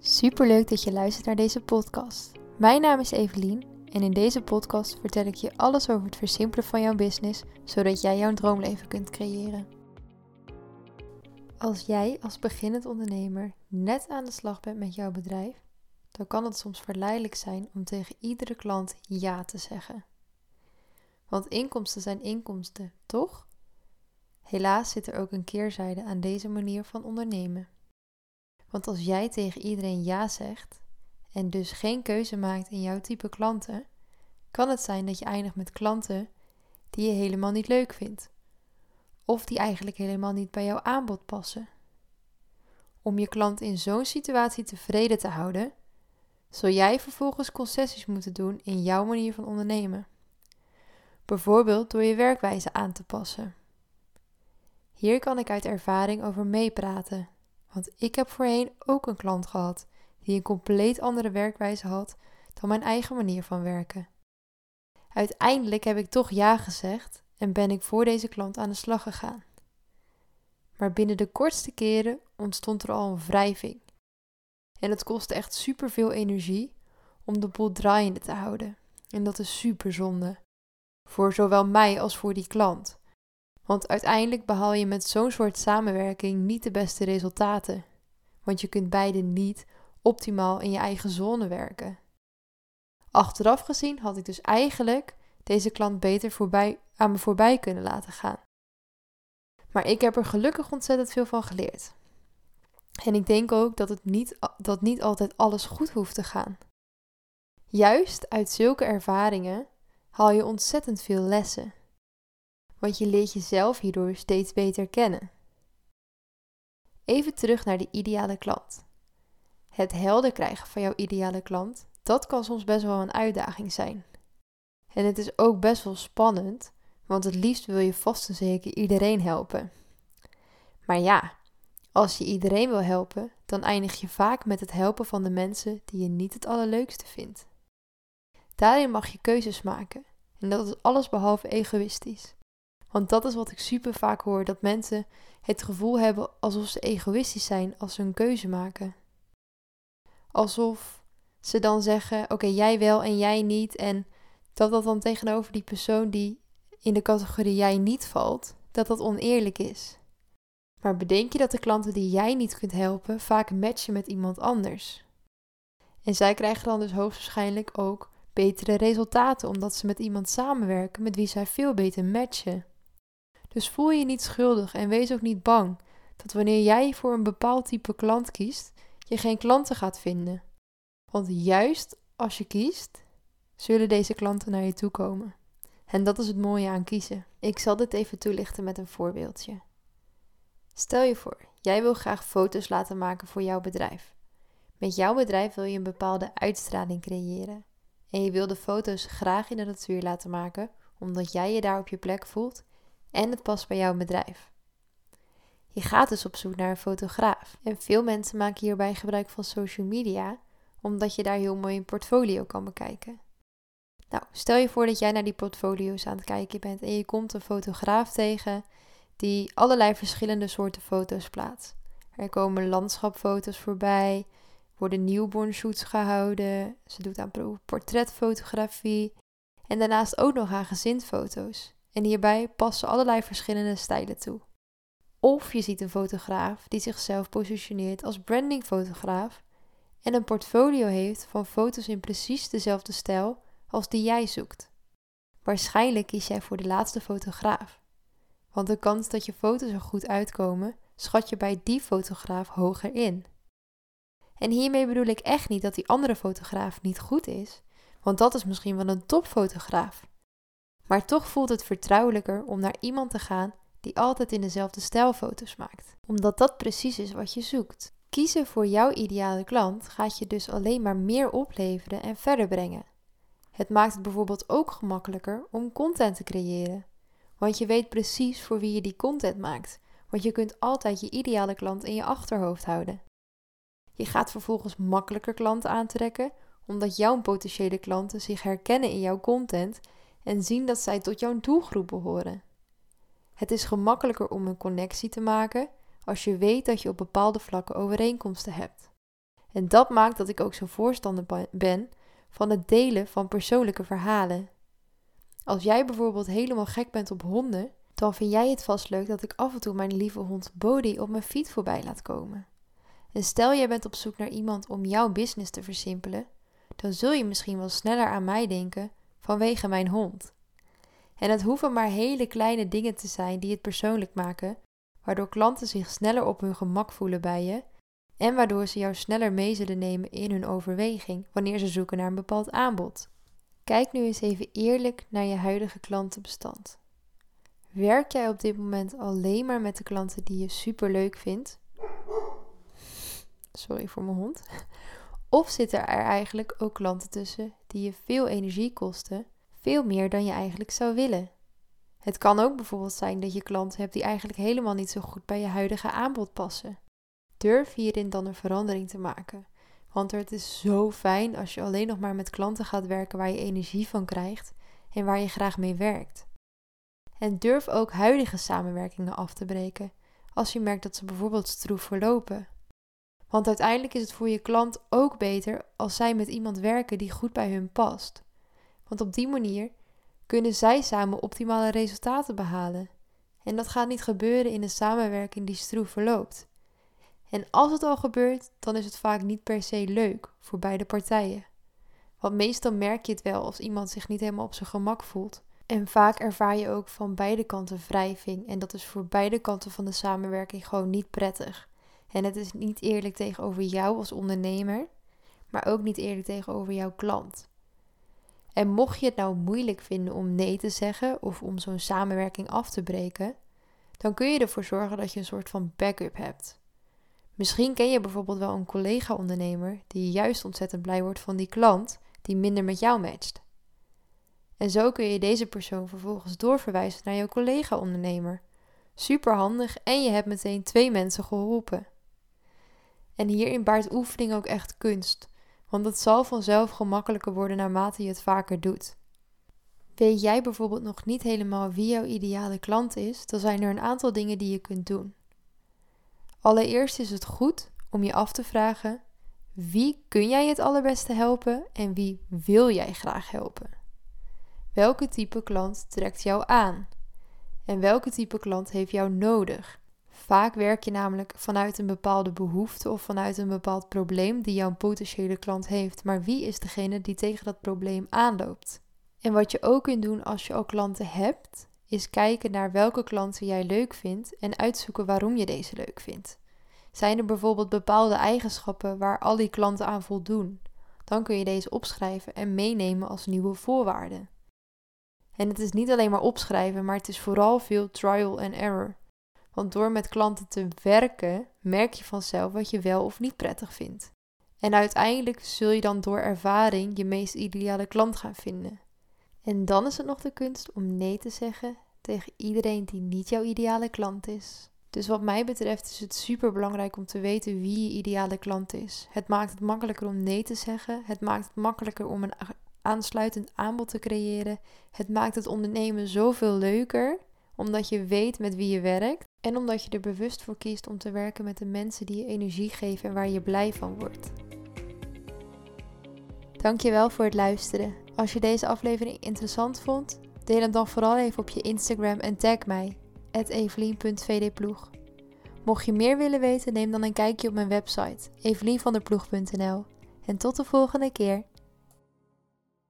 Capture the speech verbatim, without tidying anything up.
Superleuk dat je luistert naar deze podcast. Mijn naam is Evelien en in deze podcast vertel ik je alles over het versimpelen van jouw business, zodat jij jouw droomleven kunt creëren. Als jij als beginnend ondernemer net aan de slag bent met jouw bedrijf, dan kan het soms verleidelijk zijn om tegen iedere klant ja te zeggen. Want inkomsten zijn inkomsten, toch? Helaas zit er ook een keerzijde aan deze manier van ondernemen. Want als jij tegen iedereen ja zegt en dus geen keuze maakt in jouw type klanten, kan het zijn dat je eindigt met klanten die je helemaal niet leuk vindt. Of die eigenlijk helemaal niet bij jouw aanbod passen. Om je klant in zo'n situatie tevreden te houden, zul jij vervolgens concessies moeten doen in jouw manier van ondernemen. Bijvoorbeeld door je werkwijze aan te passen. Hier kan ik uit ervaring over meepraten. Want ik heb voorheen ook een klant gehad die een compleet andere werkwijze had dan mijn eigen manier van werken. Uiteindelijk heb ik toch ja gezegd en ben ik voor deze klant aan de slag gegaan. Maar binnen de kortste keren ontstond er al een wrijving. En het kostte echt superveel energie om de boel draaiende te houden. En dat is super zonde. Voor zowel mij als voor die klant. Want uiteindelijk behaal je met zo'n soort samenwerking niet de beste resultaten. Want je kunt beide niet optimaal in je eigen zone werken. Achteraf gezien had ik dus eigenlijk deze klant beter voorbij, aan me voorbij kunnen laten gaan. Maar ik heb er gelukkig ontzettend veel van geleerd. En ik denk ook dat het niet, dat niet altijd alles goed hoeft te gaan. Juist uit zulke ervaringen haal je ontzettend veel lessen. Want je leert jezelf hierdoor steeds beter kennen. Even terug naar de ideale klant. Het helder krijgen van jouw ideale klant, dat kan soms best wel een uitdaging zijn. En het is ook best wel spannend, want het liefst wil je vast en zeker iedereen helpen. Maar ja, als je iedereen wil helpen, dan eindig je vaak met het helpen van de mensen die je niet het allerleukste vindt. Daarin mag je keuzes maken en dat is allesbehalve egoïstisch. Want dat is wat ik super vaak hoor, dat mensen het gevoel hebben alsof ze egoïstisch zijn als ze een keuze maken. Alsof ze dan zeggen, oké, okay, jij wel en jij niet. En dat dat dan tegenover die persoon die in de categorie jij niet valt, dat dat oneerlijk is. Maar bedenk je dat de klanten die jij niet kunt helpen vaak matchen met iemand anders. En zij krijgen dan dus hoogstwaarschijnlijk ook betere resultaten, omdat ze met iemand samenwerken met wie zij veel beter matchen. Dus voel je niet schuldig en wees ook niet bang dat wanneer jij voor een bepaald type klant kiest, je geen klanten gaat vinden. Want juist als je kiest, zullen deze klanten naar je toe komen. En dat is het mooie aan kiezen. Ik zal dit even toelichten met een voorbeeldje. Stel je voor, jij wil graag foto's laten maken voor jouw bedrijf. Met jouw bedrijf wil je een bepaalde uitstraling creëren. En je wil de foto's graag in de natuur laten maken, omdat jij je daar op je plek voelt en het past bij jouw bedrijf. Je gaat dus op zoek naar een fotograaf. En veel mensen maken hierbij gebruik van social media, omdat je daar heel mooi een portfolio kan bekijken. Nou, stel je voor dat jij naar die portfolio's aan het kijken bent en je komt een fotograaf tegen die allerlei verschillende soorten foto's plaatst. Er komen landschapfoto's voorbij, worden newborn shoots gehouden, ze doet aan portretfotografie en daarnaast ook nog aan gezinsfoto's. En hierbij passen allerlei verschillende stijlen toe. Of je ziet een fotograaf die zichzelf positioneert als brandingfotograaf en een portfolio heeft van foto's in precies dezelfde stijl als die jij zoekt. Waarschijnlijk kies jij voor de laatste fotograaf. Want de kans dat je foto's er goed uitkomen, schat je bij die fotograaf hoger in. En hiermee bedoel ik echt niet dat die andere fotograaf niet goed is, want dat is misschien wel een topfotograaf. Maar toch voelt het vertrouwelijker om naar iemand te gaan die altijd in dezelfde stijl foto's maakt. Omdat dat precies is wat je zoekt. Kiezen voor jouw ideale klant gaat je dus alleen maar meer opleveren en verder brengen. Het maakt het bijvoorbeeld ook gemakkelijker om content te creëren. Want je weet precies voor wie je die content maakt. Want je kunt altijd je ideale klant in je achterhoofd houden. Je gaat vervolgens makkelijker klanten aantrekken, omdat jouw potentiële klanten zich herkennen in jouw content en zien dat zij tot jouw doelgroep behoren. Het is gemakkelijker om een connectie te maken als je weet dat je op bepaalde vlakken overeenkomsten hebt. En dat maakt dat ik ook zo'n voorstander ben van het delen van persoonlijke verhalen. Als jij bijvoorbeeld helemaal gek bent op honden, dan vind jij het vast leuk dat ik af en toe mijn lieve hond Bodhi op mijn feed voorbij laat komen. En stel jij bent op zoek naar iemand om jouw business te versimpelen, dan zul je misschien wel sneller aan mij denken vanwege mijn hond. En het hoeven maar hele kleine dingen te zijn die het persoonlijk maken, waardoor klanten zich sneller op hun gemak voelen bij je en waardoor ze jou sneller mee zullen nemen in hun overweging wanneer ze zoeken naar een bepaald aanbod. Kijk nu eens even eerlijk naar je huidige klantenbestand. Werk jij op dit moment alleen maar met de klanten die je super leuk vindt? Sorry voor mijn hond. Of zitten er eigenlijk ook klanten tussen die je veel energie kosten, veel meer dan je eigenlijk zou willen? Het kan ook bijvoorbeeld zijn dat je klanten hebt die eigenlijk helemaal niet zo goed bij je huidige aanbod passen. Durf hierin dan een verandering te maken. Want het is zo fijn als je alleen nog maar met klanten gaat werken waar je energie van krijgt en waar je graag mee werkt. En durf ook huidige samenwerkingen af te breken als je merkt dat ze bijvoorbeeld stroef verlopen. Want uiteindelijk is het voor je klant ook beter als zij met iemand werken die goed bij hun past. Want op die manier kunnen zij samen optimale resultaten behalen. En dat gaat niet gebeuren in een samenwerking die stroef verloopt. En als het al gebeurt, dan is het vaak niet per se leuk voor beide partijen. Want meestal merk je het wel als iemand zich niet helemaal op zijn gemak voelt. En vaak ervaar je ook van beide kanten wrijving. En dat is voor beide kanten van de samenwerking gewoon niet prettig. En het is niet eerlijk tegenover jou als ondernemer, maar ook niet eerlijk tegenover jouw klant. En mocht je het nou moeilijk vinden om nee te zeggen of om zo'n samenwerking af te breken, dan kun je ervoor zorgen dat je een soort van backup hebt. Misschien ken je bijvoorbeeld wel een collega-ondernemer die juist ontzettend blij wordt van die klant die minder met jou matcht. En zo kun je deze persoon vervolgens doorverwijzen naar jouw collega-ondernemer. Super handig en je hebt meteen twee mensen geholpen. En hierin baart oefening ook echt kunst, want het zal vanzelf gemakkelijker worden naarmate je het vaker doet. Weet jij bijvoorbeeld nog niet helemaal wie jouw ideale klant is, dan zijn er een aantal dingen die je kunt doen. Allereerst is het goed om je af te vragen, wie kun jij het allerbeste helpen en wie wil jij graag helpen? Welke type klant trekt jou aan? En welke type klant heeft jou nodig? Vaak werk je namelijk vanuit een bepaalde behoefte of vanuit een bepaald probleem die jouw potentiële klant heeft. Maar wie is degene die tegen dat probleem aanloopt? En wat je ook kunt doen als je al klanten hebt, is kijken naar welke klanten jij leuk vindt en uitzoeken waarom je deze leuk vindt. Zijn er bijvoorbeeld bepaalde eigenschappen waar al die klanten aan voldoen? Dan kun je deze opschrijven en meenemen als nieuwe voorwaarden. En het is niet alleen maar opschrijven, maar het is vooral veel trial and error. Want door met klanten te werken, merk je vanzelf wat je wel of niet prettig vindt. En uiteindelijk zul je dan door ervaring je meest ideale klant gaan vinden. En dan is het nog de kunst om nee te zeggen tegen iedereen die niet jouw ideale klant is. Dus wat mij betreft is het super belangrijk om te weten wie je ideale klant is. Het maakt het makkelijker om nee te zeggen. Het maakt het makkelijker om een aansluitend aanbod te creëren. Het maakt het ondernemen zoveel leuker, omdat je weet met wie je werkt. En omdat je er bewust voor kiest om te werken met de mensen die je energie geven en waar je blij van wordt. Dankjewel voor het luisteren. Als je deze aflevering interessant vond, deel hem dan vooral even op je Instagram en tag mij, at evelien punt v d ploeg. Mocht je meer willen weten, neem dan een kijkje op mijn website, evelien van der ploeg punt n l. En tot de volgende keer.